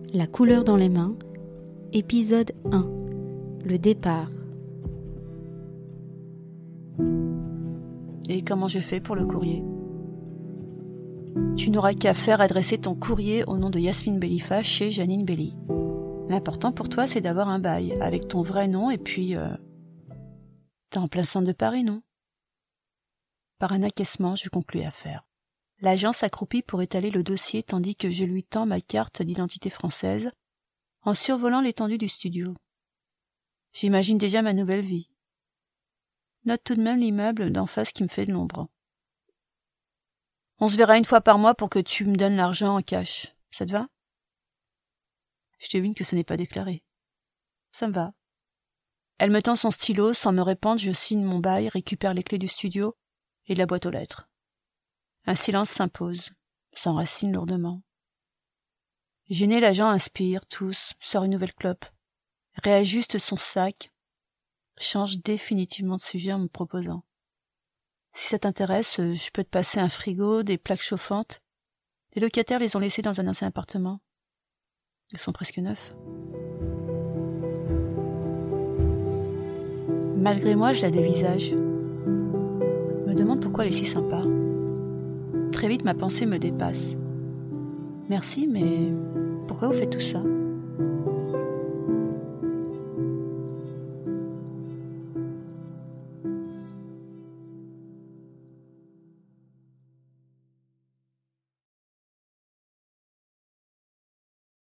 La couleur dans les mains, épisode 1, le départ. Et comment je fais pour le courrier ? Tu n'auras qu'à faire adresser ton courrier au nom de Yasmine Bellifa chez Janine Belli. L'important pour toi, c'est d'avoir un bail avec ton vrai nom et puis... T'es en plein centre de Paris, non ? Par un acquiescement, je conclus l'affaire. L'agent s'accroupit pour étaler le dossier tandis que je lui tends ma carte d'identité française en survolant l'étendue du studio. J'imagine déjà ma nouvelle vie. Note tout de même l'immeuble d'en face qui me fait de l'ombre. On se verra une fois par mois pour que tu me donnes l'argent en cash. Ça te va ? Je devine que ce n'est pas déclaré. Ça me va. Elle me tend son stylo, sans me répondre, je signe mon bail, récupère les clés du studio et de la boîte aux lettres. Un silence s'impose, s'enracine lourdement. Gêné, l'agent inspire, tousse, sort une nouvelle clope, réajuste son sac, change définitivement de sujet en me proposant. Si ça t'intéresse, je peux te passer un frigo, des plaques chauffantes. Les locataires les ont laissés dans un ancien appartement. Ils sont presque neufs. Malgré moi, je la dévisage. Me demande pourquoi elle est si sympa. Très vite, ma pensée me dépasse. Merci, mais pourquoi vous faites tout ça ?